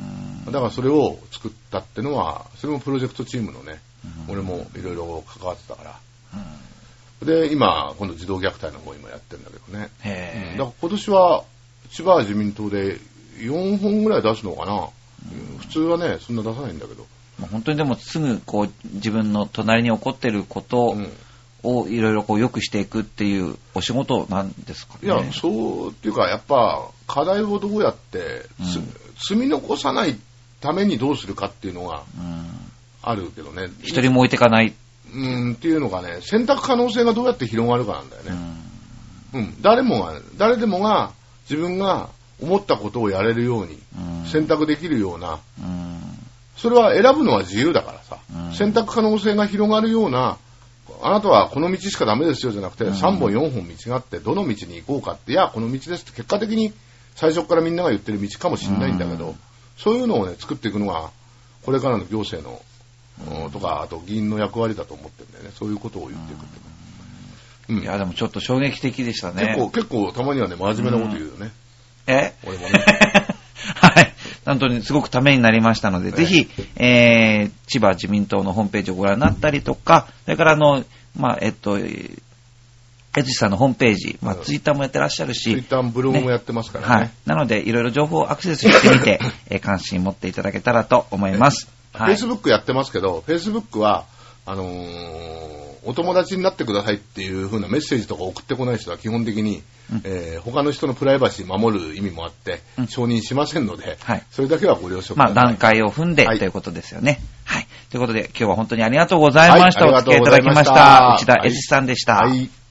だからそれを作ったってのは、それもプロジェクトチームのね、俺もいろいろ関わってたから。で、今度児童虐待の方今やってるんだけどね。だから今年は千葉自民党で4本ぐらい出すのかな。普通はね、そんな出さないんだけど。 本当にでもすぐ自分の隣に起こってることをいろいろ良くしていくっていうお仕事なんですかね。 いや、そうっていうか、やっぱ課題をどうやって積み残さないためにどうするかっていうのがあるけどね。 一人も置いてかない。 っていうのがね、選択可能性がどうやって広がるかなんだよね。誰でもが自分が思ったことをやれるように選択できるような、それは選ぶのは自由だからさ、選択可能性が広がるような、あなたはこの道しかダメですよじゃなくて、3本4本道があってどの道に行こうかって、いやこの道ですって結果的に最初からみんなが言ってる道かもしれないんだけど、そういうのをね作っていくのがこれからの行政のとか、あと議員の役割だと思ってるんだよね。そういうことを言っていくっていやでもちょっと衝撃的でしたね。 結構たまにはね真面目なこと言うよね。俺もね。 はい。本当にすごくためになりましたので、ぜひ、千葉自民党のホームページをご覧になったりとか、それから江口さんのホームページ、ツイッターもやってらっしゃるし、 ツイッターもブログもやってますからね。はい。 なので、いろいろ情報をアクセスしてみて、関心持っていただけたらと思います。 Facebook やってますけど、Facebook は、お友達になってくださいっていう風なメッセージとか送ってこない人は基本的に、他の人のプライバシー守る意味もあって、承認しませんので、それだけはご了承ください。 段階を踏んで、ということですよね。はい。ということで、今日は本当にありがとうございました。お付き合いいただきました。内田江地さんでした。